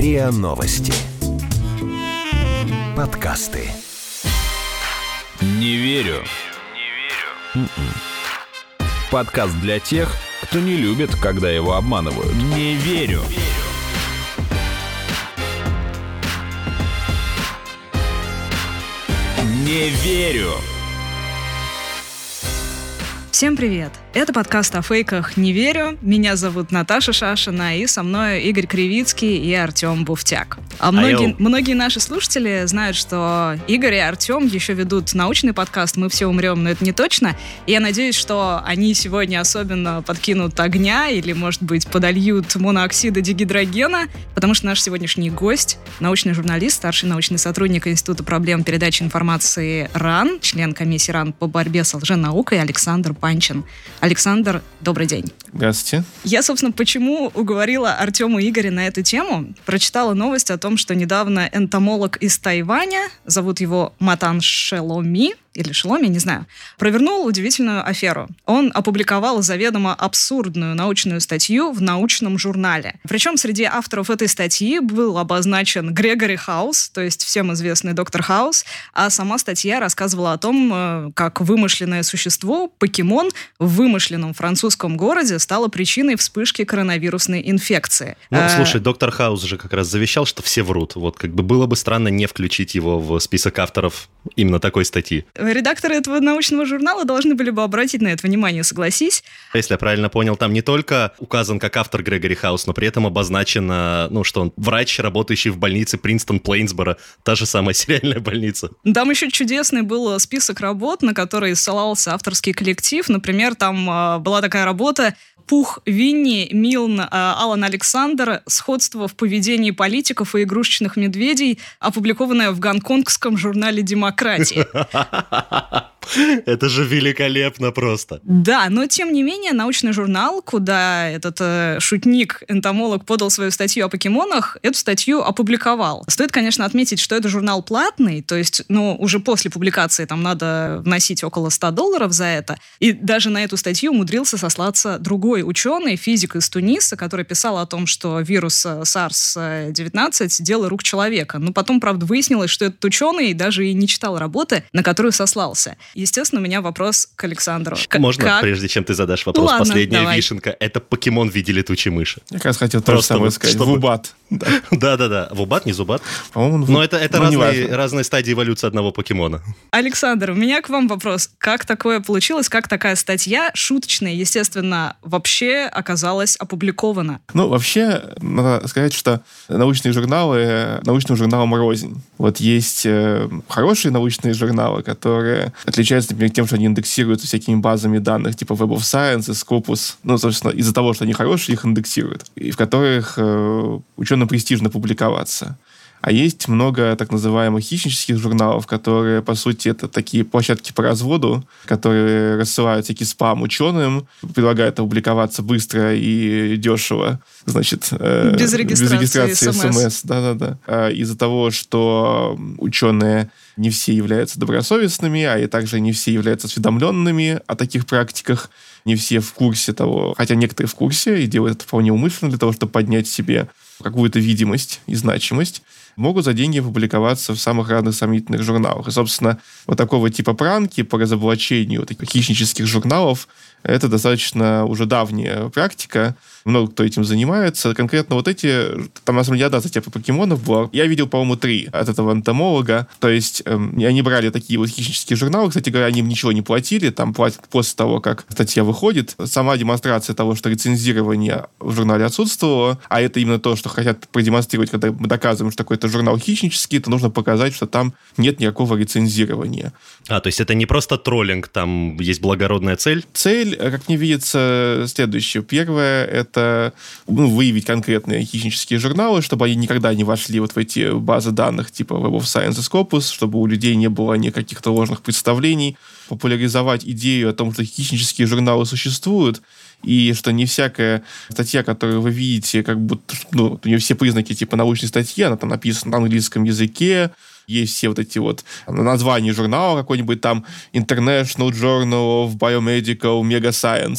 РИА Новости. Подкасты. Не верю. Подкаст для тех, кто не любит, когда его обманывают. Не верю. Не верю. Всем привет! Это подкаст о фейках «Не верю». Меня зовут Наташа Шашина, и со мной Игорь Кривицкий и Артем Буфтяк. Многие наши слушатели знают, что Игорь и Артем еще ведут научный подкаст «Мы все умрем, но это не точно». И я надеюсь, что они сегодня особенно подкинут огня или, может быть, подольют монооксида дигидрогена, потому что наш сегодняшний гость — научный журналист, старший научный сотрудник Института проблем передачи информации РАН, член комиссии РАН по борьбе с лженаукой Александр Панчин. Александр, добрый день. Здравствуйте. Я, собственно, почему уговорила Артема и Игоря на эту тему? Прочитала новость о том, что недавно энтомолог из Тайваня, зовут его Матан Шеломи, или Шеломи, не знаю, провернул удивительную аферу. Он опубликовал заведомо абсурдную научную статью в научном журнале. Причем среди авторов этой статьи был обозначен Грегори Хаус, то есть всем известный доктор Хаус, а сама статья рассказывала о том, как вымышленное существо, покемон, в вымышленном французском городе стало причиной вспышки коронавирусной инфекции. Слушай, доктор Хаус же как раз завещал, что все врут. Вот как бы было бы странно не включить его в список авторов именно такой статьи. Редакторы этого научного журнала должны были бы обратить на это внимание, согласись. Если я правильно понял, там не только указан как автор Грегори Хаус, но при этом обозначено, что он врач, работающий в больнице Принстон-Плейнсборо, та же самая сериальная больница. Там еще чудесный был список работ, на которые ссылался авторский коллектив. Например, там была такая работа «Пух Винни, Милн, Алан Александр. Сходство в поведении политиков и игрушечных медведей», опубликованная в гонконгском журнале «Демократия». Это же великолепно просто. Да, но тем не менее научный журнал, куда этот шутник-энтомолог подал свою статью о покемонах, эту статью опубликовал. Стоит, конечно, отметить, что это журнал платный, то есть, уже после публикации там надо вносить около $100 за это. И даже на эту статью умудрился сослаться другой ученый, физик из Туниса, который писал о том, что вирус SARS-19 – дело рук человека. Но потом, правда, выяснилось, что этот ученый даже и не читал работы, на которую сослался. Естественно, у меня вопрос к Александру. Можно, прежде чем ты задашь вопрос, Ладно, последняя давай. вишенка. Это покемон в виде летучей мыши. Я как раз хотел то же самое сказать. Вубат. Да. Вубат, не зубат. По-моему, но это разные стадии эволюции одного покемона. Александр, у меня к вам вопрос. Как такое получилось? Как такая статья, шуточная, естественно, вообще оказалась опубликована? Вообще, надо сказать, что научные журналы научным журналам рознь. Вот есть хорошие научные журналы, которые отличаются, например, тем, что они индексируются всякими базами данных, типа Web of Science и Scopus. Собственно, из-за того, что они хорошие, их индексируют. И в которых ученым престижно публиковаться. А есть много так называемых хищнических журналов, которые, по сути, это такие площадки по разводу, которые рассылают всякий спам ученым, предлагают опубликоваться быстро и дешево, значит, без регистрации СМС. Да. Из-за того, что ученые не все являются добросовестными, а и также не все являются осведомленными о таких практиках, не все в курсе того, хотя некоторые в курсе и делают это вполне умышленно для того, чтобы поднять себе какую-то видимость и значимость, могут за деньги публиковаться в самых разных сомнительных журналах. И, собственно, вот такого типа пранки по разоблачению таких хищнических журналов — это достаточно уже давняя практика. Много кто этим занимается. Конкретно вот эти... Там, на самом деле, одна статья по покемонов была. Я видел, по-моему, 3 от этого энтомолога. То есть они брали такие вот хищнические журналы. Кстати говоря, они им ничего не платили. Там платят после того, как статья выходит. Сама демонстрация того, что рецензирование в журнале отсутствовало, а это именно то, что хотят продемонстрировать, когда мы доказываем, что какой-то журнал хищнический, то нужно показать, что там нет никакого рецензирования. То есть это не просто троллинг, там есть благородная цель? Цель, как мне видится, следующая. Первое — это выявить конкретные хищнические журналы, чтобы они никогда не вошли вот в эти базы данных типа Web of Science и Scopus, чтобы у людей не было никаких-то ложных представлений, популяризовать идею о том, что хищнические журналы существуют, и что не всякая статья, которую вы видите, как будто, у нее все признаки типа научной статьи, она там написана на английском языке, есть все вот эти вот названия журнала, какой-нибудь там International Journal of Biomedical Mega Science.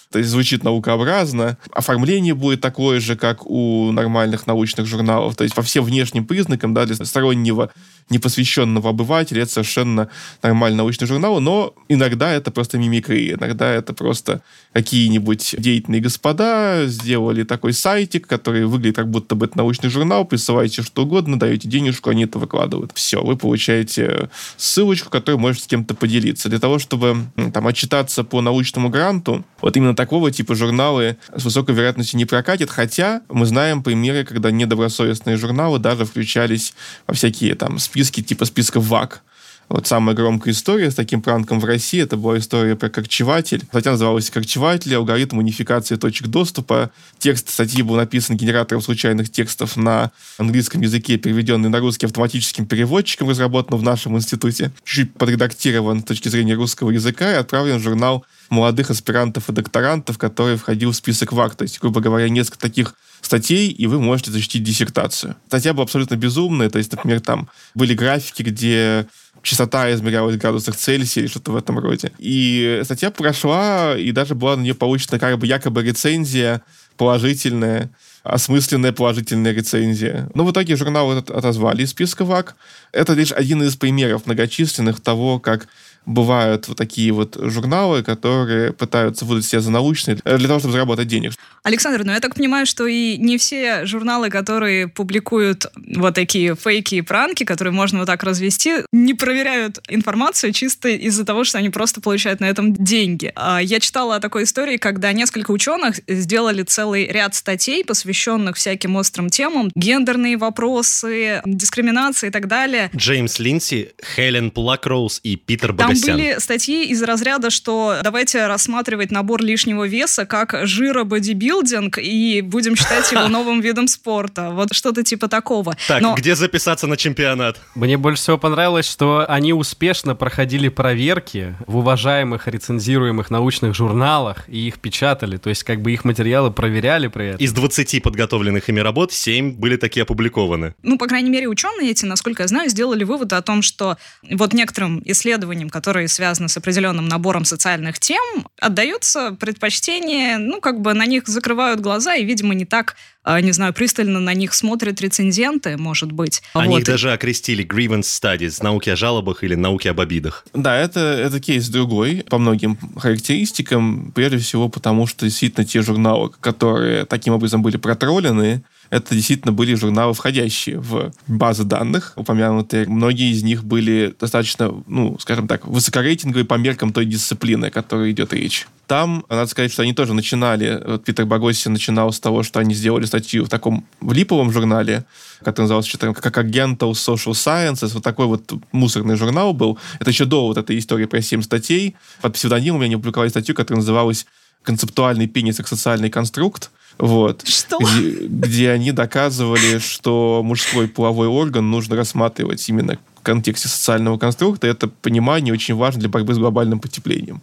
То есть звучит наукообразно. Оформление будет такое же, как у нормальных научных журналов. То есть по всем внешним признакам, да, для стороннего, непосвященного обывателя это совершенно нормальный научный журнал, но иногда это просто мимикрия, иногда это просто какие-нибудь деятельные господа сделали такой сайтик, который выглядит как будто бы это научный журнал, присылаете что угодно, даете денежку, они это выкладывают. Все, вы получаете ссылочку, которую можете с кем-то поделиться. Для того, чтобы там отчитаться по научному гранту, вот именно такого типа журналы с высокой вероятностью не прокатят, хотя мы знаем примеры, когда недобросовестные журналы даже включались во всякие там списки, типа списка ВАК. Вот самая громкая история с таким пранком в России, это была история про корчеватель. Статья называлась «Корчеватель. Алгоритм унификации точек доступа». Текст статьи был написан генератором случайных текстов на английском языке, переведенный на русский автоматическим переводчиком, разработанным в нашем институте, чуть подредактирован с точки зрения русского языка и отправлен в журнал молодых аспирантов и докторантов, который входил в список ВАК. То есть, грубо говоря, несколько таких статей, и вы можете защитить диссертацию. Статья была абсолютно безумная. То есть, например, там были графики, где частота измерялась в градусах Цельсия или что-то в этом роде. И статья прошла, и даже была на нее получена как бы якобы рецензия положительная, осмысленная положительная рецензия. Но в итоге журнал этот отозвали из списка ВАК. Это лишь один из примеров многочисленных того, как бывают вот такие вот журналы, которые пытаются выдать себя за научные для того, чтобы заработать денег. Александр, ну я так понимаю, что и не все журналы, которые публикуют вот такие фейки и пранки, которые можно вот так развести, не проверяют информацию чисто из-за того, что они просто получают на этом деньги. Я читала о такой истории, когда несколько ученых сделали целый ряд статей, посвященных всяким острым темам, гендерные вопросы, дискриминации и так далее. Джеймс Линдси, Хелен Плакроуз и Питер Богосян. Там были статьи из разряда, что давайте рассматривать набор лишнего веса как жирободибилдинг и будем считать его новым видом спорта. Вот что-то типа такого. Так, где записаться на чемпионат? Мне больше всего понравилось, что они успешно проходили проверки в уважаемых рецензируемых научных журналах и их печатали. То есть как бы их материалы проверяли при этом. Из 20 подготовленных ими работ 7 были такие опубликованы. Ну, по крайней мере, ученые эти, насколько я знаю, сделали вывод о том, что вот некоторым исследованиям, которые связаны с определенным набором социальных тем, отдается предпочтение, ну, как бы на них закрывают глаза и, видимо, не так, не знаю, пристально на них смотрят рецензенты, может быть. Они их даже окрестили grievance studies, науки о жалобах или науки об обидах. Да, это кейс другой по многим характеристикам, прежде всего потому, что действительно те журналы, которые таким образом были протроллены, это действительно были журналы, входящие в базы данных, упомянутые. Многие из них были достаточно, ну, скажем так, высокорейтинговые по меркам той дисциплины, о которой идет речь. Там, надо сказать, что они тоже начинали, вот Питер Богосян начинал с того, что они сделали статью в липовом журнале, который назывался что-то как Agento Social Sciences, вот такой вот мусорный журнал был. Это еще до вот этой истории про 7 статей. Под псевдонимом они опубликовали статью, которая называлась «Концептуальный пенис как социальный конструкт». Вот, где они доказывали, что мужской половой орган нужно рассматривать именно в контексте социального конструкта. Это понимание очень важно для борьбы с глобальным потеплением.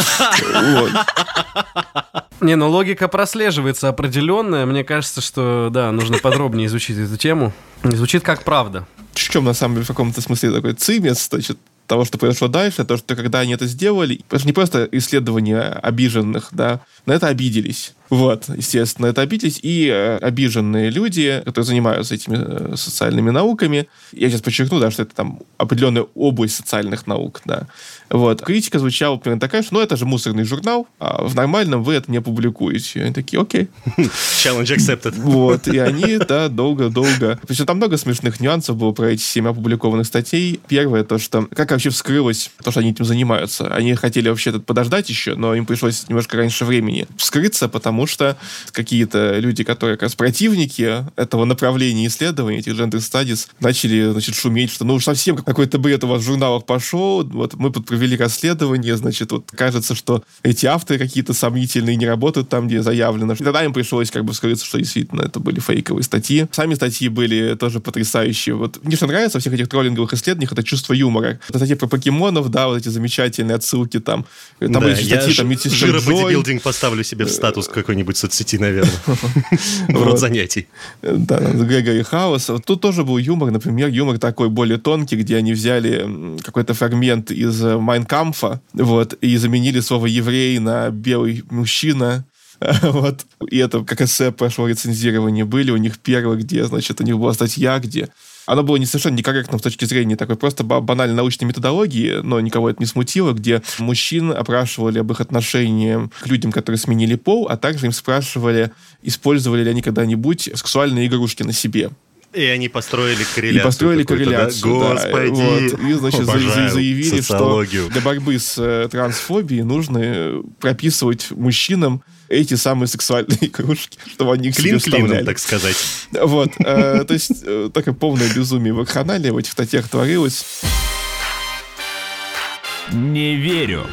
Не, ну логика прослеживается определенная. Мне кажется, что, да, нужно подробнее изучить эту тему. Звучит как правда. В чем, на самом деле, в каком-то смысле такой цимес, значит, того, что произошло дальше, то, что когда они это сделали, это не просто исследование обиженных, да, на это обиделись. Вот, естественно, это обиделись и обиженные люди, которые занимаются этими социальными науками. Я сейчас подчеркну, да, что это там определенная область социальных наук, да. Вот. Критика звучала примерно такая, что, ну, это же мусорный журнал, а в нормальном вы это не опубликуете. И они такие, окей. Challenge accepted. Вот, и они, да, долго-долго. Причем там много смешных нюансов было про эти 7 опубликованных статей. Первое, то, что как вообще вскрылось то, что они этим занимаются. Они хотели вообще-то подождать еще, но им пришлось немножко раньше времени вскрыться, потому что какие-то люди, которые как раз противники этого направления исследований, этих gender studies, начали, значит, шуметь, что ну уж совсем какой-то бред у вас в журналах пошел, вот мы тут провели расследование, значит, вот кажется, что эти авторы какие-то сомнительные, не работают там, где заявлено. И тогда им пришлось как бы вскрыться, что действительно это были фейковые статьи. Сами статьи были тоже потрясающие. Вот мне что нравится во всех этих троллинговых исследованиях, это чувство юмора. Это статьи про покемонов, да, вот эти замечательные отсылки там. Там да, были статьи, там жирободибилдинг поставлю себе в статус, как какой-нибудь соцсети, наверное. В род занятий. Да, Грегори Хаус. Тут тоже был юмор, например, юмор такой более тонкий, где они взяли какой-то фрагмент из Майн Кампфа, и заменили слово «еврей» на «белый мужчина». И это как эссе прошло рецензирование. Были у них первые, где, значит, у них была статья, где оно было совершенно некорректно с точки зрения такой просто банальной научной методологии, но никого это не смутило, где мужчин опрашивали об их отношении к людям, которые сменили пол, а также им спрашивали, использовали ли они когда-нибудь сексуальные игрушки на себе. И они построили корреляцию. Да? Господи! И, значит, заявили, социологию. Что для борьбы с трансфобией нужно прописывать мужчинам эти самые сексуальные игрушки, чтобы они их себе вставляли. Клин-клином, так сказать. То есть, такое полное безумие вакханалия в этих статьях творилось. Не верю.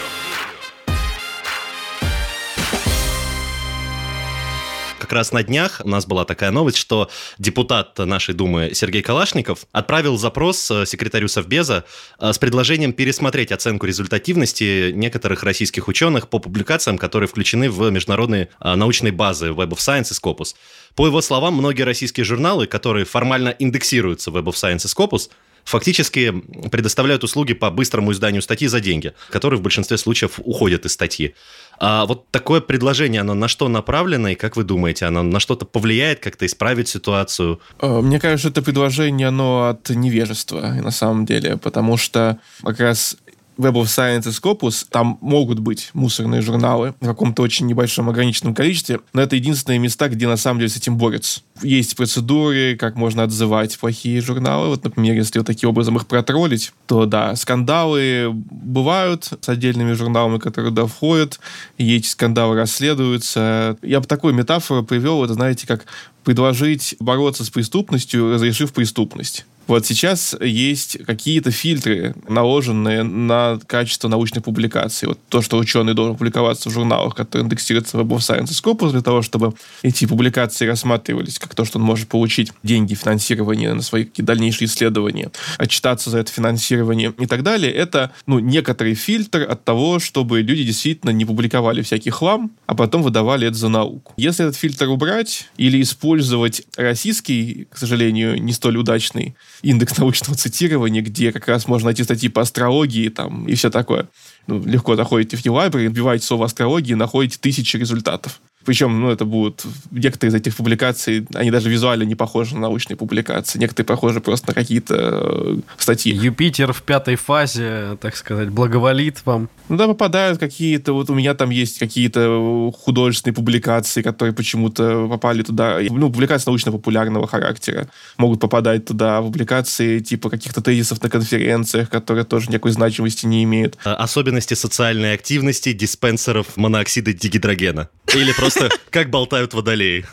Как раз на днях у нас была такая новость, что депутат нашей Думы Сергей Калашников отправил запрос секретарю Совбеза с предложением пересмотреть оценку результативности некоторых российских ученых по публикациям, которые включены в международные научные базы Web of Science и Scopus. По его словам, многие российские журналы, которые формально индексируются в Web of Science и Scopus, фактически предоставляют услуги по быстрому изданию статьи за деньги, которые в большинстве случаев уходят из статьи. А вот такое предложение, оно на что направлено, и как вы думаете, оно на что-то повлияет, как-то исправит ситуацию? Мне кажется, это предложение, оно от невежества, на самом деле, потому что как раз Web of Science и Scopus, там могут быть мусорные журналы в каком-то очень небольшом ограниченном количестве, но это единственные места, где на самом деле с этим борются. Есть процедуры, как можно отзывать плохие журналы. Например, если таким образом их протроллить, то да, скандалы бывают с отдельными журналами, которые входят, и эти скандалы расследуются. Я бы такую метафору привел, это, знаете, как предложить бороться с преступностью, разрешив преступность. Сейчас есть какие-то фильтры, наложенные на качество научных публикаций. То, что ученый должен публиковаться в журналах, которые индексируются в Web of Science и Scopus, для того, чтобы эти публикации рассматривались как то, что он может получить деньги, финансирование на свои какие-то дальнейшие исследования, отчитаться за это финансирование и так далее. Это некоторый фильтр от того, чтобы люди действительно не публиковали всякий хлам, а потом выдавали это за науку. Если этот фильтр убрать или использовать российский, к сожалению, не столь удачный индекс научного цитирования, где как раз можно найти статьи по астрологии там, и все такое. Легко заходите в eLibrary, вбиваете слово астрология и находите тысячи результатов. Причем, это будут... Некоторые из этих публикаций, они даже визуально не похожи на научные публикации. Некоторые похожи просто на какие-то статьи. Юпитер в 5-й фазе, так сказать, благоволит вам. Попадают какие-то... У меня там есть какие-то художественные публикации, которые почему-то попали туда. Публикации научно-популярного характера могут попадать туда. Публикации типа каких-то тезисов на конференциях, которые тоже никакой значимости не имеют. Особенности социальной активности диспенсеров моноксида дигидрогена. Или просто как болтают водолеи.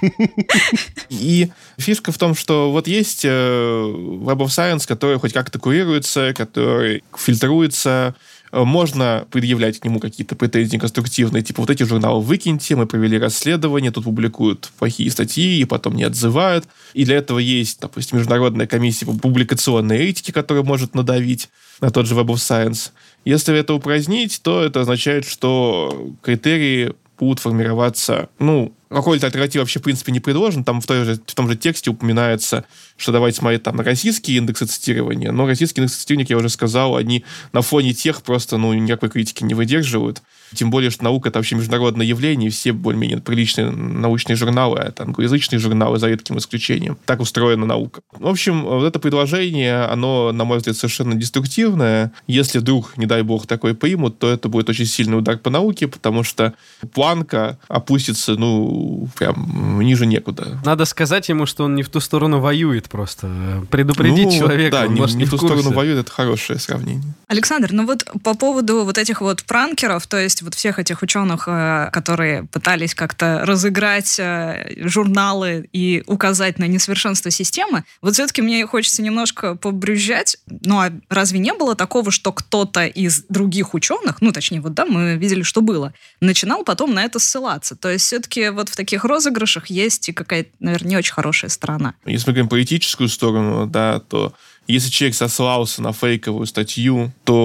И фишка в том, что есть Web of Science, который хоть как-то курируется, который фильтруется. Можно предъявлять к нему какие-то претензии конструктивные, типа эти журналы выкиньте, мы провели расследование, тут публикуют плохие статьи и потом не отзывают. И для этого есть, допустим, Международная комиссия по публикационной этике, которая может надавить на тот же Web of Science. Если это упразднить, то это означает, что критерии будут формироваться, какой-то альтернативы вообще, в принципе, не предложен. Там в том же тексте упоминается, что давайте смотреть там на российские индексы цитирования. Но российские индексы цитирования, как я уже сказал, они на фоне тех просто, никакой критики не выдерживают. Тем более, что наука — это вообще международное явление, и все более-менее приличные научные журналы, а это англоязычные журналы, за редким исключением. Так устроена наука. В общем, это предложение, оно, на мой взгляд, совершенно деструктивное. Если вдруг, не дай бог, такое примут, то это будет очень сильный удар по науке, потому что планка опустится, прям ниже некуда. Надо сказать ему, что он не в ту сторону воюет просто. Предупредить человека. Да, не в ту сторону воюет, это хорошее сравнение. Александр, по поводу этих пранкеров, то есть всех этих ученых, которые пытались как-то разыграть журналы и указать на несовершенство системы, все-таки мне хочется немножко побрюзжать. А разве не было такого, что кто-то из других ученых, точнее, мы видели, что было, начинал потом на это ссылаться? То есть все-таки в таких розыгрышах есть и какая-то, наверное, не очень хорошая сторона. Если мы говорим про этическую сторону, то если человек сослался на фейковую статью, то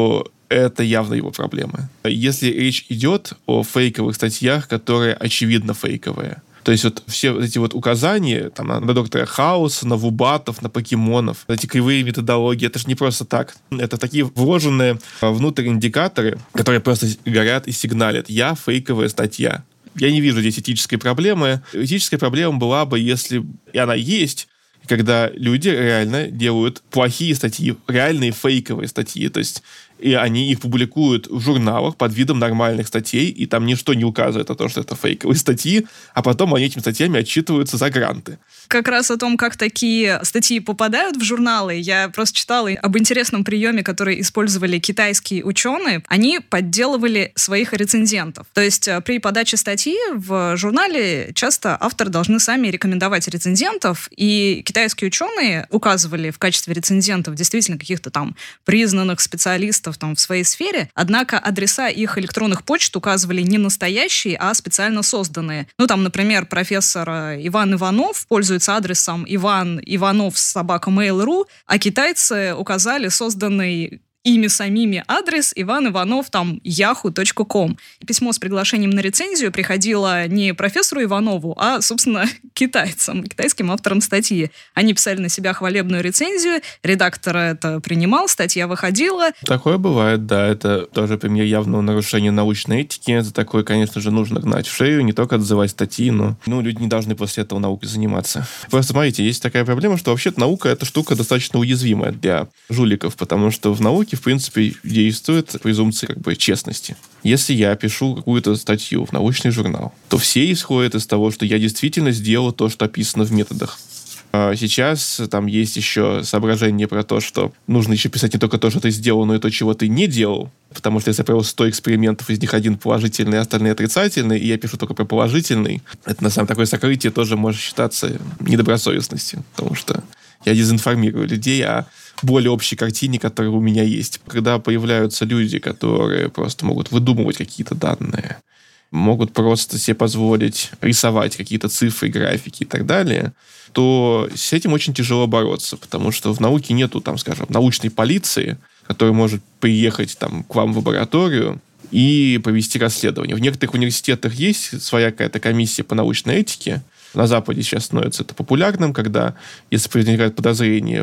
это явно его проблемы. Если речь идет о фейковых статьях, которые очевидно фейковые, то есть вот все эти вот указания там, на доктора Хауса, на вубатов, на покемонов, эти кривые методологии, это же не просто так. Это такие вложенные внутрь индикаторы, которые просто горят и сигналят. Я фейковая статья. Я не вижу здесь этической проблемы. Этическая проблема была бы, если и она есть, когда люди реально делают плохие статьи, реальные фейковые статьи, то есть и они их публикуют в журналах под видом нормальных статей, и там ничто не указывает на то, что это фейковые статьи, а потом они этими статьями отчитываются за гранты. Как раз о том, как такие статьи попадают в журналы, я просто читала об интересном приеме, который использовали китайские ученые. Они подделывали своих рецензентов. То есть при подаче статьи в журнале часто авторы должны сами рекомендовать рецензентов, и китайские ученые указывали в качестве рецензентов действительно каких-то там признанных специалистов там в своей сфере, однако адреса их электронных почт указывали не настоящие, а специально созданные. Ну, там, например, профессор Иван Иванов пользуется адресом Иван Иванов @mail.ru, а китайцы указали созданный ими самими адрес Иван Иванов там yahoo.com. Письмо с приглашением на рецензию приходило не профессору Иванову, а, собственно, китайцам, китайским авторам статьи. Они писали на себя хвалебную рецензию, редактор это принимал, статья выходила. Такое бывает, да, это тоже пример явного нарушения научной этики. За такое, конечно же, нужно гнать в шею, не только отзывать статьи, но люди не должны после этого наукой заниматься. Просто, смотрите, есть такая проблема, что вообще-то наука — это штука достаточно уязвимая для жуликов, потому что в науке, в принципе, действует презумпция честности. Если я пишу какую-то статью в научный журнал, то все исходят из того, что я действительно сделал то, что описано в методах. А сейчас там есть еще соображение про то, что нужно еще писать не только то, что ты сделал, но и то, чего ты не делал. Потому что если я провел 100 экспериментов, из них один положительный, а остальные отрицательные, и я пишу только про положительный, это на самом деле такое сокрытие тоже может считаться недобросовестностью, потому что я дезинформирую людей о более общей картине, которая у меня есть. Когда появляются люди, которые просто могут выдумывать какие-то данные, могут просто себе позволить рисовать какие-то цифры, графики и так далее, то с этим очень тяжело бороться, потому что в науке нету, там, скажем, научной полиции, которая может приехать там, к вам в лабораторию и провести расследование. В некоторых университетах есть своя какая-то комиссия по научной этике. На Западе сейчас становится это популярным, когда, если возникает подозрение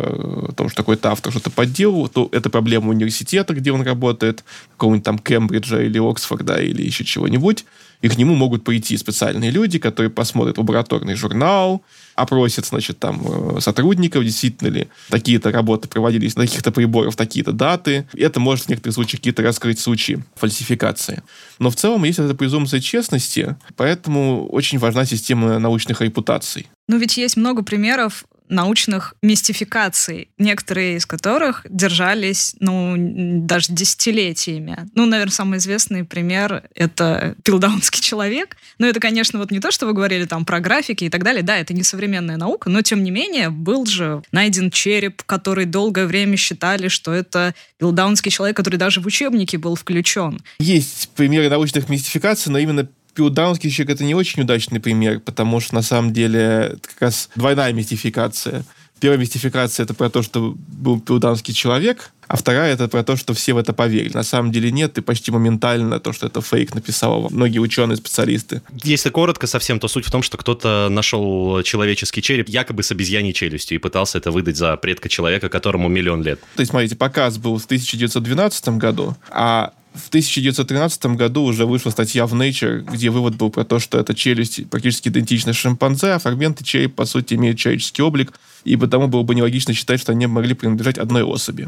в том, что какой-то автор что-то подделал, то это проблема университета, где он работает, какого-нибудь там Кембриджа или Оксфорда или еще чего-нибудь, и к нему могут прийти специальные люди, которые посмотрят лабораторный журнал, опросят, значит, там сотрудников, действительно ли такие-то работы проводились на каких-то приборах, такие-то даты. И это может в некоторых случаях какие-то раскрыть случаи фальсификации. Но в целом есть эта презумпция честности, поэтому очень важна система научных репутаций. Но ведь есть много примеров научных мистификаций, некоторые из которых держались, даже десятилетиями. Наверное, самый известный пример — это пилдаунский человек. Но это, конечно, не то, что вы говорили там про графики и так далее. Да, это не современная наука, но, тем не менее, был же найден череп, который долгое время считали, что это пилдаунский человек, который даже в учебнике был включен. Есть примеры научных мистификаций, но именно пилдаунский человек — это не очень удачный пример, потому что, на самом деле, это как раз двойная мистификация. Первая мистификация — это про то, что был пилдаунский человек, а вторая — это про то, что все в это поверили. На самом деле нет, и почти моментально то, что это фейк, написало многие ученые, специалисты. Если коротко совсем, то суть в том, что кто-то нашел человеческий череп якобы с обезьяньей челюстью и пытался это выдать за предка человека, которому 1 000 000 лет. То есть, смотрите, показ был в 1912 году, а в 1913 году уже вышла статья в Nature, где вывод был про то, что эта челюсть практически идентична шимпанзе, а фрагменты черепа, по сути, имеют человеческий облик, и потому было бы нелогично считать, что они могли принадлежать одной особи.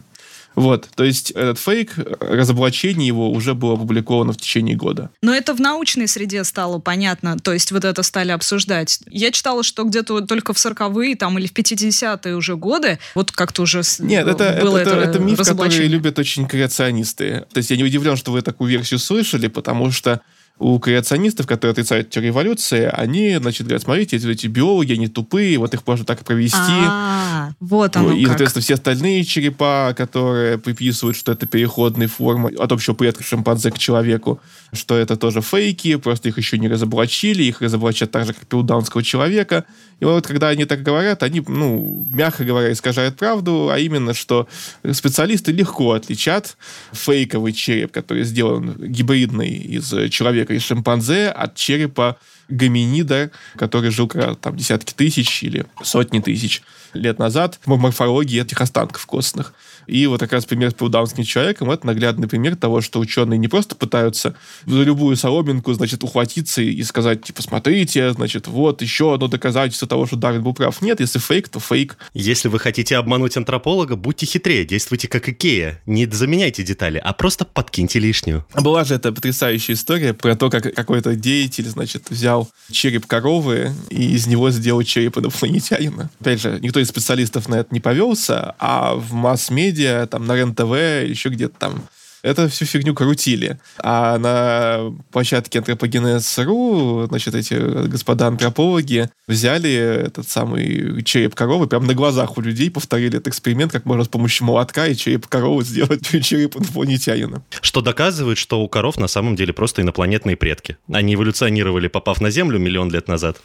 То есть этот фейк, разоблачение его уже было опубликовано в течение года. Но это в научной среде стало понятно, то есть это стали обсуждать. Я читала, что где-то только в 40-е или в 50-е уже годы как-то уже Нет, это миф, который любят очень креационисты. То есть я не удивлен, что вы такую версию слышали, потому что у креационистов, которые отрицают теорию эволюции, они, значит, говорят, смотрите, эти биологи, они тупые, вот их можно так провести. Вот оно и, как. соответственно, все остальные черепа, которые приписывают, что это переходные формы от общего предка шимпанзе к человеку, что это тоже фейки, просто их еще не разоблачили, их разоблачат так же, как пилдаунского человека. И вот когда они так говорят, они, мягко говоря, искажают правду, а именно, что специалисты легко отличат фейковый череп, который сделан гибридный из человека и шимпанзе, от черепа гоминида, который жил там десятки тысяч или сотни тысяч лет назад в морфологии этих останков костных. И вот как раз пример с пилдаунским человеком — это наглядный пример того, что ученые не просто пытаются за любую соломинку, значит, ухватиться и сказать, типа, смотрите, значит, вот еще одно доказательство того, что Дарвин был прав. Нет, если фейк, то фейк. Если вы хотите обмануть антрополога, будьте хитрее, действуйте как Икея. Не заменяйте детали, а просто подкиньте лишнюю. Была же эта потрясающая история про то, как какой-то деятель, значит, взял череп коровы и из него сделал череп инопланетянина. Опять же, никто из специалистов на это не повелся, а в масс-медиа, там, на РЕН-ТВ, еще где-то там, это всю фигню крутили. А на площадке Anthropogenes.ru, значит, эти господа антропологи взяли этот самый череп коровы, прям на глазах у людей повторили этот эксперимент, как можно с помощью молотка и череп коровы сделать череп инопланетянина. Что доказывает, что у коров на самом деле просто инопланетные предки. Они эволюционировали, попав на Землю миллион лет назад.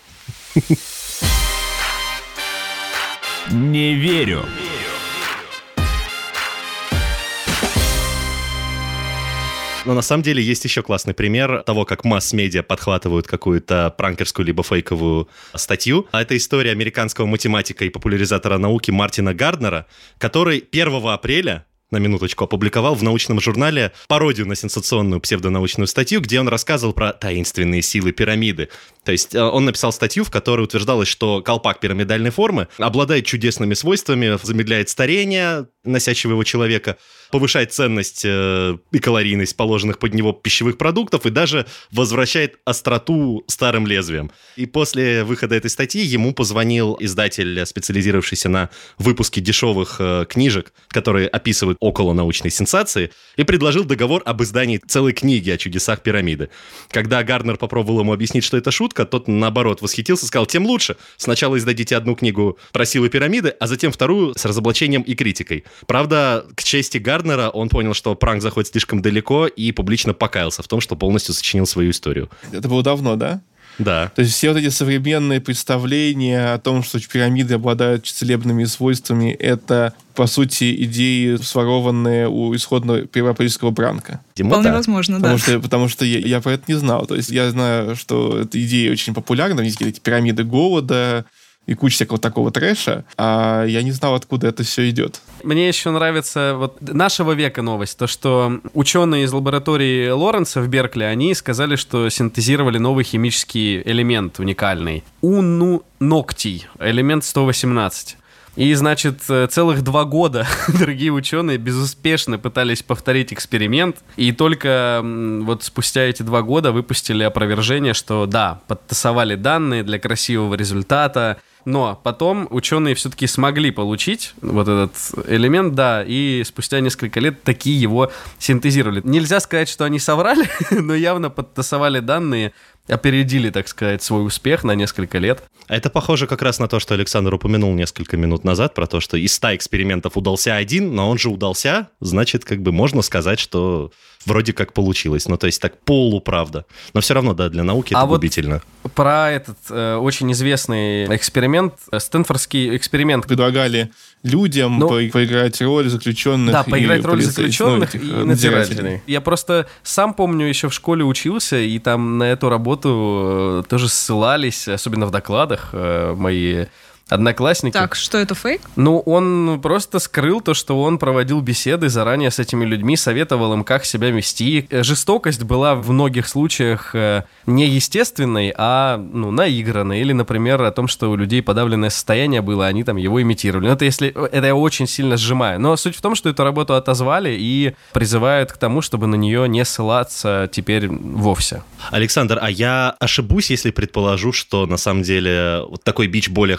Не верю. Но на самом деле есть еще классный пример того, как масс-медиа подхватывают какую-то пранкерскую либо фейковую статью. А это история американского математика и популяризатора науки Мартина Гарднера, который 1 апреля, на минуточку, опубликовал в научном журнале пародию на сенсационную псевдонаучную статью, где он рассказывал про таинственные силы пирамиды. То есть он написал статью, в которой утверждалось, что колпак пирамидальной формы обладает чудесными свойствами, замедляет старение носящего его человека, повышает ценность и калорийность положенных под него пищевых продуктов и даже возвращает остроту старым лезвием. И после выхода этой статьи ему позвонил издатель, специализировавшийся на выпуске дешевых книжек, которые описывают околонаучные сенсации, и предложил договор об издании целой книги о чудесах пирамиды. Когда Гарднер попробовал ему объяснить, что это шутка, тот, наоборот, восхитился, сказал, тем лучше. Сначала издадите одну книгу про силы пирамиды, а затем вторую с разоблачением и критикой. Правда, к чести Гарднера, он понял, что пранк заходит слишком далеко и публично покаялся в том, что полностью сочинил свою историю. Это было давно, да? Да. То есть все вот эти современные представления о том, что пирамиды обладают целебными свойствами, это, по сути, идеи, сворованные у исходного первоапрельского пранка. Вполне возможно, да. Потому что я про это не знал. То есть я знаю, что эта идея очень популярна, есть эти пирамиды голода и куча всякого такого трэша, а я не знал, откуда это все идет. Мне еще нравится вот нашего века новость, то, что ученые из лаборатории Лоренца в Беркли, они сказали, что синтезировали новый химический элемент уникальный. Уну-ноктий, элемент 118. И, значит, целых 2 года другие ученые безуспешно пытались повторить эксперимент, и только вот спустя эти 2 года выпустили опровержение, что да, подтасовали данные для красивого результата, но потом ученые все-таки смогли получить вот этот элемент, да, и спустя несколько лет такие его синтезировали. Нельзя сказать, что они соврали, но явно подтасовали данные, опередили, так сказать, свой успех на несколько лет. А это похоже как раз на то, что Александр упомянул несколько минут назад, про то, что из 100 экспериментов удался 1, но он же удался, значит, как бы можно сказать, что вроде как получилось. Ну, то есть так полуправда. Но все равно, да, для науки это губительно. Вот про этот очень известный эксперимент, Стэнфордский эксперимент. Предлагали людям поиграть роль заключенных. Да, поиграть роль заключенных и надзирателей. Я просто сам помню, еще в школе учился, и там на эту работу тоже ссылались, особенно в докладах мои одноклассники. Так, что это фейк? Ну, он просто скрыл то, что он проводил беседы заранее с этими людьми, советовал им, как себя вести. Жестокость была в многих случаях не естественной, а наигранной. Или, например, о том, что у людей подавленное состояние было, они там его имитировали. Но это я очень сильно сжимаю. Но суть в том, что эту работу отозвали и призывают к тому, чтобы на нее не ссылаться теперь вовсе. Александр, а я ошибусь, если предположу, что на самом деле вот такой бич более характерен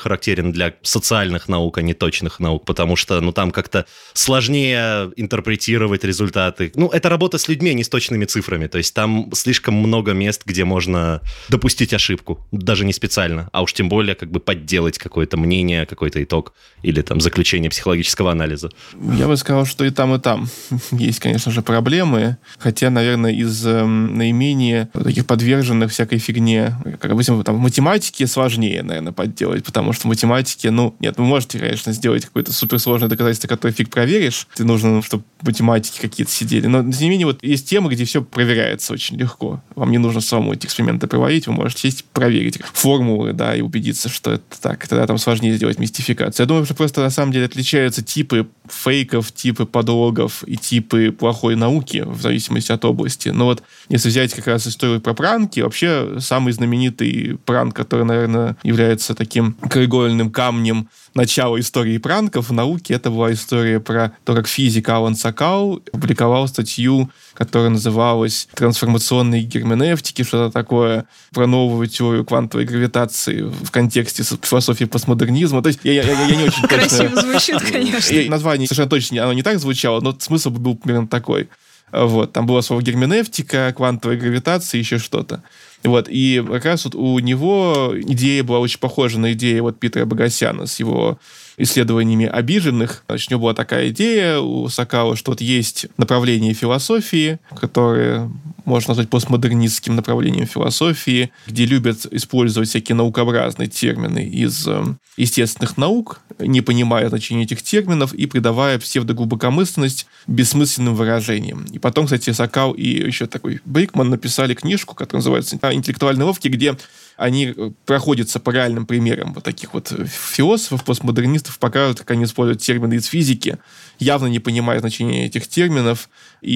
актуален для социальных наук, а не точных наук, потому что, там как-то сложнее интерпретировать результаты. Это работа с людьми, а не с точными цифрами, то есть там слишком много мест, где можно допустить ошибку, даже не специально, а уж тем более как бы подделать какое-то мнение, какой-то итог или там заключение психологического анализа. Я бы сказал, что и там есть, конечно же, проблемы, хотя, наверное, из наименее таких подверженных всякой фигне, как обычно, там, в математике сложнее, наверное, подделать, потому что в математике, нет, вы можете, конечно, сделать какое-то суперсложное доказательство, которое фиг проверишь, тебе нужно, чтобы математики какие-то сидели, но, тем не менее, есть темы, где все проверяется очень легко. Вам не нужно самому эти эксперименты проводить, вы можете сесть, проверить формулы, да, и убедиться, что это так. Тогда там сложнее сделать мистификацию. Я думаю, что просто на самом деле отличаются типы фейков, типы подлогов и типы плохой науки в зависимости от области. Но если взять как раз историю про пранки, вообще самый знаменитый пранк, который, наверное, является таким краеугольным камнем начала истории пранков в науке, это была история про то, как физик Алан Сокал опубликовал статью, которая называлась «Трансформационные герменевтики», что-то такое, про новую теорию квантовой гравитации в контексте философии постмодернизма. То есть я не очень точно... Красиво звучит, конечно. Название совершенно точно, оно не так звучало, но смысл был примерно такой. Там было слово герменевтика, квантовая гравитация, еще что-то. И как раз у него идея была очень похожа на идею Питера Богосяна с его исследованиями обиженных. Значит, у него была такая идея у Сокала, что есть направление философии, которое можно назвать постмодернистским направлением философии, где любят использовать всякие наукообразные термины из естественных наук, не понимая значения этих терминов и придавая псевдоглубокомысленность бессмысленным выражениям. И потом, кстати, Сокал и еще такой Брикман написали книжку, которая называется «Интеллектуальные ловки», где они проходятся по реальным примерам таких философов, постмодернистов, показывают, как они используют термины из физики, явно не понимая значения этих терминов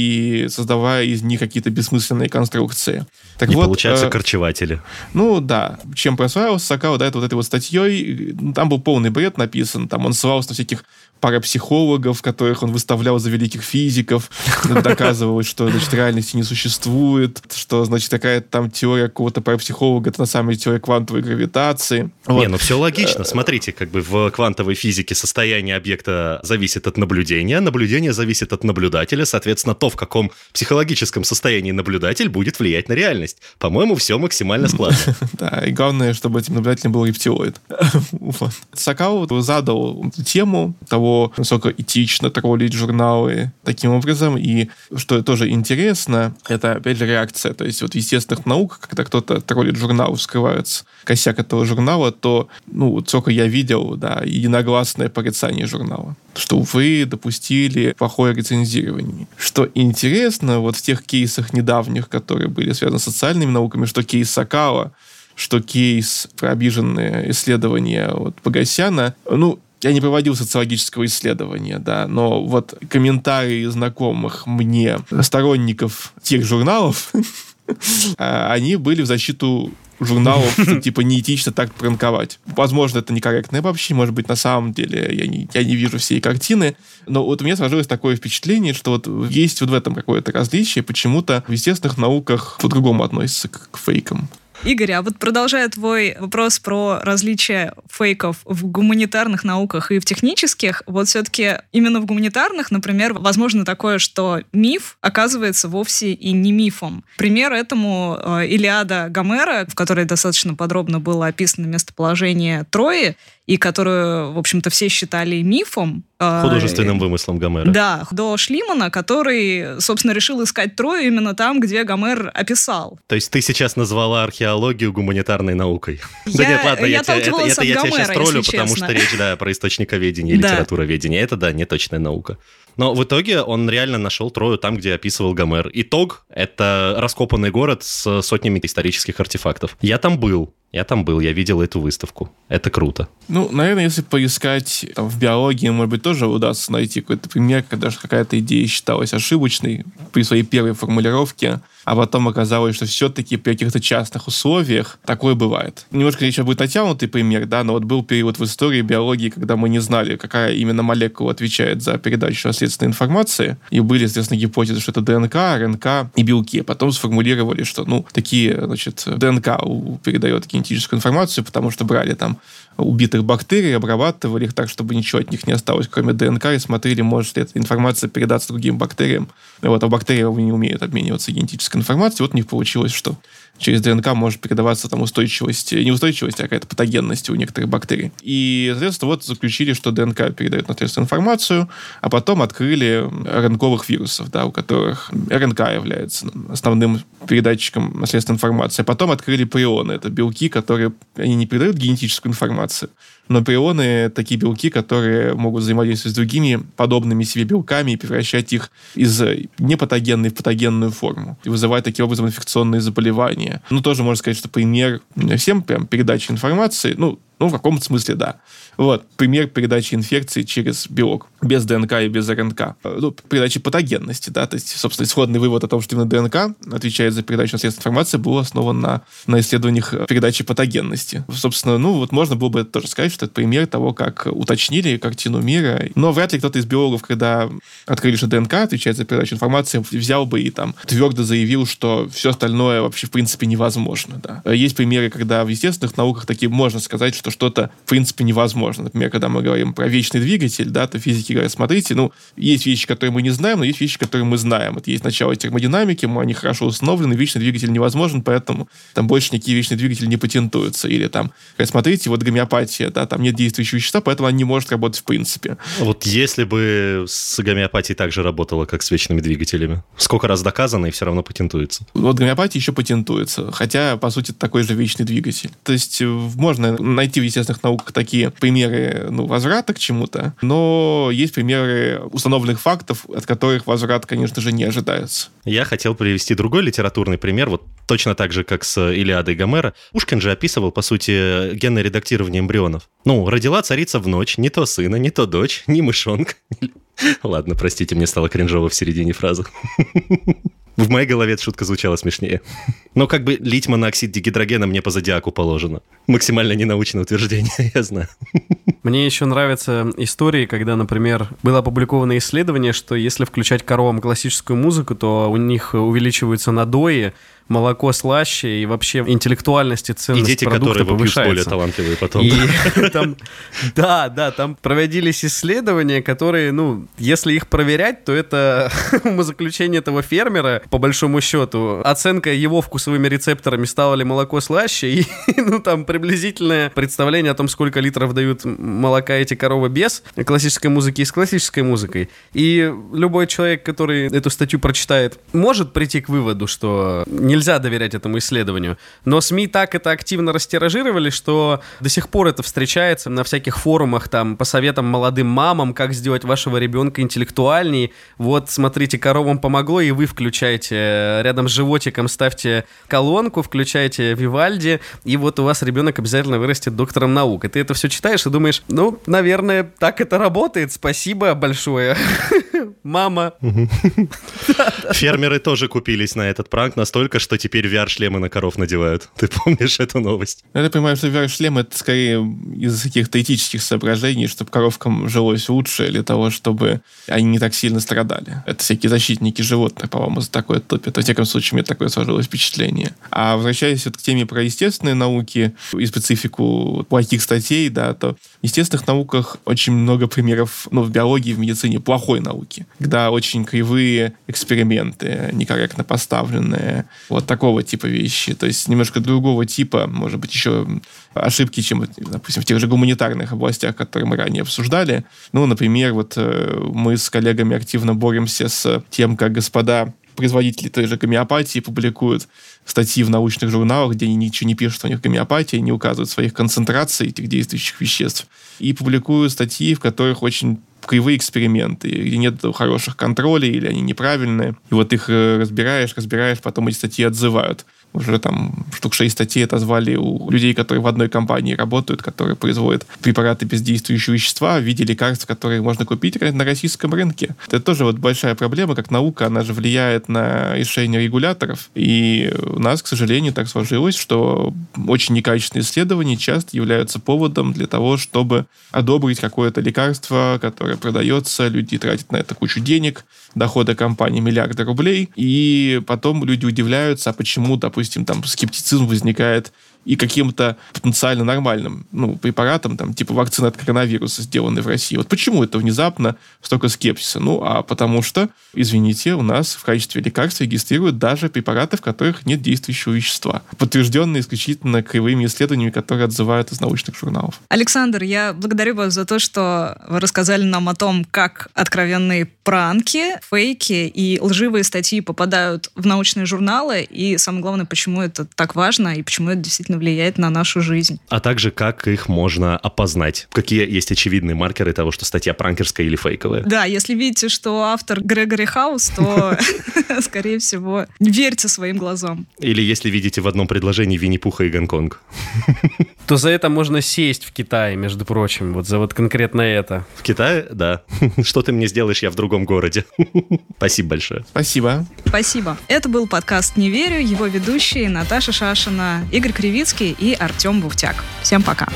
и создавая из них какие-то бессмысленные конструкции. Так получаются корчеватели. Да. Чем прославился Сокал, этой статьей, там был полный бред написан, там он ссылался на всяких парапсихологов, которых он выставлял за великих физиков, доказывал, что, реальности не существует, что, какая-то там теория какого-то парапсихолога, это на самом деле теория квантовой гравитации. Все логично. Смотрите, в квантовой физике состояние объекта зависит от наблюдения, наблюдение зависит от наблюдателя, соответственно, то, в каком психологическом состоянии наблюдатель, будет влиять на реальность. По-моему, все максимально складно. Да, и главное, чтобы этим наблюдателем был рептилоид. Сокал задал тему того, насколько этично троллить журналы таким образом. И что тоже интересно, это, опять же, реакция. То есть в естественных науках, когда кто-то троллит журнал, вскрывается косяк этого журнала, то, сколько я видел, единогласное порицание журнала. Что вы допустили плохое рецензирование. Что интересно, в тех кейсах недавних, которые были связаны с социальными науками, что кейс Сокала, что кейс про обиженные исследования Богосяна, я не проводил социологического исследования, но комментарии знакомых мне сторонников тех журналов, они были в защиту журналов, что, неэтично так пранковать. Возможно, это некорректное обобщение, может быть, на самом деле я не вижу всей картины, но у меня сложилось такое впечатление, что есть в этом какое-то различие, почему-то в естественных науках по-другому относятся к фейкам. Игорь, а продолжая твой вопрос про различия фейков в гуманитарных науках и в технических, все-таки именно в гуманитарных, например, возможно такое, что миф оказывается вовсе и не мифом. Пример этому Илиада Гомера, в которой достаточно подробно было описано местоположение Трои, и которую, в общем-то, все считали мифом. Художественным вымыслом Гомера. Да, до Шлимана, который, собственно, решил искать Трою именно там, где Гомер описал. То есть ты сейчас назвала археологию гуманитарной наукой? Да нет, ладно, я тебя сейчас троллю, потому что речь, про источниковедение и литературоведение. Это, не точная наука. Но в итоге он реально нашел Трою там, где описывал Гомер. Итог — это раскопанный город с сотнями исторических артефактов. Я там был, я видел эту выставку. Это круто. Наверное, если поискать в биологии, может быть, тоже удастся найти какой-то пример, когда же какая-то идея считалась ошибочной при своей первой формулировке, а потом оказалось, что все-таки при каких-то частных условиях такое бывает. Немножко еще будет натянутый пример, но был период в истории биологии, когда мы не знали, какая именно молекула отвечает за передачу наследственной информации, и были, естественно, гипотезы, что это ДНК, РНК и белки. Потом сформулировали, что, такие, ДНК передает генетическую информацию, потому что брали там убитых бактерий, обрабатывали их так, чтобы ничего от них не осталось, кроме ДНК, и смотрели, может ли эта информация передаться другим бактериям. Вот, а бактерии не умеют обмениваться генетической информацией. Вот у них получилось, что через ДНК может передаваться там устойчивость, не устойчивость, а какая-то патогенность у некоторых бактерий. И, соответственно, вот заключили, что ДНК передает наследственную информацию, а потом открыли РНКовых вирусов, да, у которых РНК является основным передатчиком наследственной информации. А потом открыли прионы. Это белки, которые они не передают генетическую информацию, но прионы — это такие белки, которые могут взаимодействовать с другими подобными себе белками и превращать их из непатогенной в патогенную форму. И вызывать таким образом инфекционные заболевания. Тоже можно сказать, что пример не всем прям передачи информации, в каком-то смысле, да. Вот. Пример передачи инфекции через белок. Без ДНК и без РНК. Передачи патогенности, да. То есть, собственно, исходный вывод о том, что именно ДНК отвечает за передачу наследственной информации, был основан на исследованиях передачи патогенности. Собственно, можно было бы тоже сказать, что это пример того, как уточнили картину мира. Но вряд ли кто-то из биологов, когда открыли, что ДНК отвечает за передачу информации, взял бы и там твердо заявил, что все остальное вообще в принципе невозможно. Да. Есть примеры, когда в естественных науках такие можно сказать, что что-то в принципе невозможно. Например, когда мы говорим про вечный двигатель, да, то физики говорят, смотрите, есть вещи, которые мы не знаем, но есть вещи, которые мы знаем. Это есть начало термодинамики, они хорошо установлены, вечный двигатель невозможен, поэтому там больше никакие вечные двигатели не патентуются. Или там, смотрите, вот гомеопатия, да, там нет действующего вещества, поэтому она не может работать в принципе. Вот если бы с гомеопатией так же работало, как с вечными двигателями, сколько раз доказано, и все равно патентуется. Вот гомеопатия еще патентуется, хотя, по сути, это такой же вечный двигатель. То есть можно найти в естественных науках такие примеры возврата к чему-то, но есть примеры установленных фактов, от которых возврат, конечно же, не ожидается. Я хотел привести другой литературный пример, вот точно так же, как с Илиадой Гомера. Пушкин же описывал, по сути, генное редактирование эмбрионов. Родила царица в ночь, не то сына, не то дочь, не мышонка. Ладно, простите, мне стало кринжово в середине фразы. В моей голове эта шутка звучала смешнее. Но лить моноксид дигидрогена мне по зодиаку положено. Максимально ненаучное утверждение, я знаю. Мне еще нравятся истории, когда, например, было опубликовано исследование, что если включать коровам классическую музыку, то у них увеличиваются надои, молоко слаще, и вообще интеллектуальность и ценность продукта повышается. И дети, которые более талантливые потом. И там проводились исследования, которые, если их проверять, то это умозаключение этого фермера, по большому счету, оценка его вкусовыми рецепторами, стало ли молоко слаще, и, там приблизительное представление о том, сколько литров дают молока эти коровы без классической музыки и с классической музыкой. И любой человек, который эту статью прочитает, может прийти к выводу, что нельзя доверять этому исследованию. Но СМИ так это активно растиражировали, что до сих пор это встречается на всяких форумах там по советам молодым мамам, как сделать вашего ребенка интеллектуальней. Вот, смотрите, коровам помогло, и вы включаете рядом с животиком, ставьте колонку, включаете Вивальди, и вот у вас ребенок обязательно вырастет доктором наук. И ты это все читаешь и думаешь, наверное, так это работает. Спасибо большое, мама. Фермеры тоже купились на этот пранк настолько, что теперь VR-шлемы на коров надевают. Ты помнишь эту новость? Я понимаю, что VR-шлемы — это скорее из каких-то этических соображений, чтобы коровкам жилось лучше, или того, чтобы они не так сильно страдали. Это всякие защитники животных, по-моему, за такое топят. Во всяком случае, мне такое сложилось впечатление. А возвращаясь к теме про естественные науки и специфику плохих статей, да, то в естественных науках очень много примеров, в биологии, в медицине плохой науки, когда очень кривые эксперименты, некорректно поставленные, вот такого типа вещи. То есть немножко другого типа, может быть, еще ошибки, чем, допустим, в тех же гуманитарных областях, которые мы ранее обсуждали. Например, мы с коллегами активно боремся с тем, как господа производители той же гомеопатии публикуют статьи в научных журналах, где они ничего не пишут о них гомеопатии, не указывают своих концентраций этих действующих веществ. И публикуют статьи, в которых очень кривые эксперименты, где нет хороших контролей, или они неправильные. И вот их разбираешь, потом эти статьи отзывают. Уже там штук 6 статей отозвали у людей, которые в одной компании работают, которые производят препараты без действующего вещества в виде лекарств, которые можно купить на российском рынке. Это тоже большая проблема, как наука, она же влияет на решения регуляторов. И у нас, к сожалению, так сложилось, что очень некачественные исследования часто являются поводом для того, чтобы одобрить какое-то лекарство, которое продается, люди тратят на это кучу денег, доходы компании миллиарды рублей, и потом люди удивляются, а почему, допустим, там скептицизм возникает и каким-то потенциально нормальным препаратом, там, типа вакцины от коронавируса, сделанной в России. Вот почему это внезапно столько скепсиса? Потому что, извините, у нас в качестве лекарств регистрируют даже препараты, в которых нет действующего вещества, подтвержденные исключительно кривыми исследованиями, которые отзывают из научных журналов. Александр, я благодарю вас за то, что вы рассказали нам о том, как откровенные пранки, фейки и лживые статьи попадают в научные журналы, и самое главное, почему это так важно и почему это действительно влияет на нашу жизнь. А также, как их можно опознать. Какие есть очевидные маркеры того, что статья пранкерская или фейковая. Да, если видите, что автор Грегори Хаус, то, скорее всего, верьте своим глазам. Или если видите в одном предложении Винни-Пуха и Гонконг. То за это можно сесть в Китае, между прочим, вот за вот конкретно это. В Китае? Да. Что ты мне сделаешь, я в другом городе. Спасибо большое. Спасибо. Спасибо. Это был подкаст «Не верю», его ведущие Наташа Шашина, Игорь Кривицкий и Артем Буфтяк. Всем пока.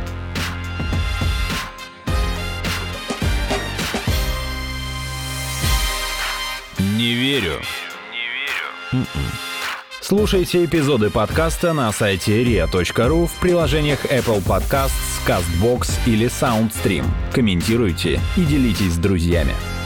Не верю. Слушайте эпизоды подкаста на сайте ria.ru, в приложениях Apple Podcasts, CastBox или SoundStream. Комментируйте и делитесь с друзьями.